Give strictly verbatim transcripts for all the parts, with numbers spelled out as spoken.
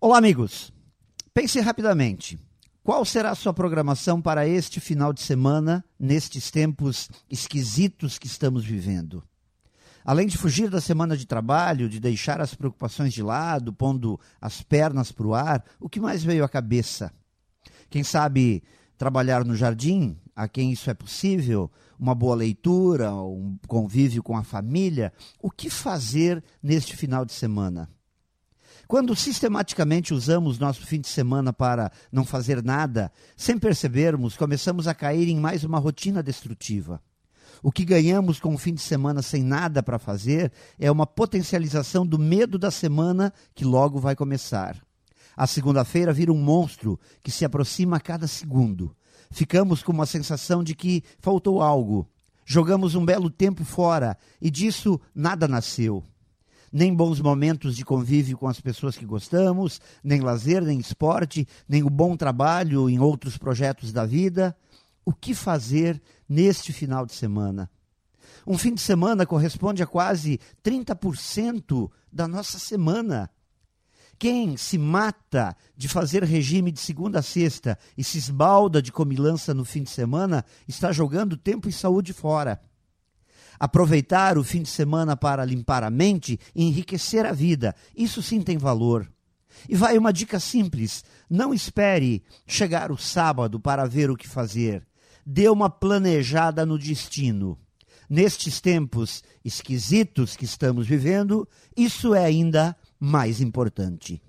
Olá, amigos. Pense rapidamente. Qual será a sua programação para este final de semana, nestes tempos esquisitos que estamos vivendo? Além de fugir da semana de trabalho, de deixar as preocupações de lado, pondo as pernas para o ar, o que mais veio à cabeça? Quem sabe trabalhar no jardim, a quem isso é possível, uma boa leitura, um convívio com a família. O que fazer neste final de semana? Quando sistematicamente usamos nosso fim de semana para não fazer nada, sem percebermos, começamos a cair em mais uma rotina destrutiva. O que ganhamos com o fim de semana sem nada para fazer é uma potencialização do medo da semana que logo vai começar. A segunda-feira vira um monstro que se aproxima a cada segundo. Ficamos com uma sensação de que faltou algo. Jogamos um belo tempo fora e disso nada nasceu. Nem bons momentos de convívio com as pessoas que gostamos, nem lazer, nem esporte, nem o bom trabalho em outros projetos da vida. O que fazer neste final de semana? Um fim de semana corresponde a quase trinta por cento da nossa semana. Quem se mata de fazer regime de segunda a sexta e se esbalda de comilança no fim de semana está jogando tempo e saúde fora. Aproveitar o fim de semana para limpar a mente e enriquecer a vida, isso sim tem valor. E vai uma dica simples: não espere chegar o sábado para ver o que fazer. Dê uma planejada no destino. Nestes tempos esquisitos que estamos vivendo, isso é ainda mais importante.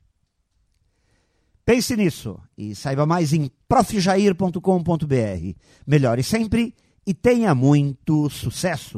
Pense nisso e saiba mais em prof jair ponto com ponto br. Melhore sempre e tenha muito sucesso!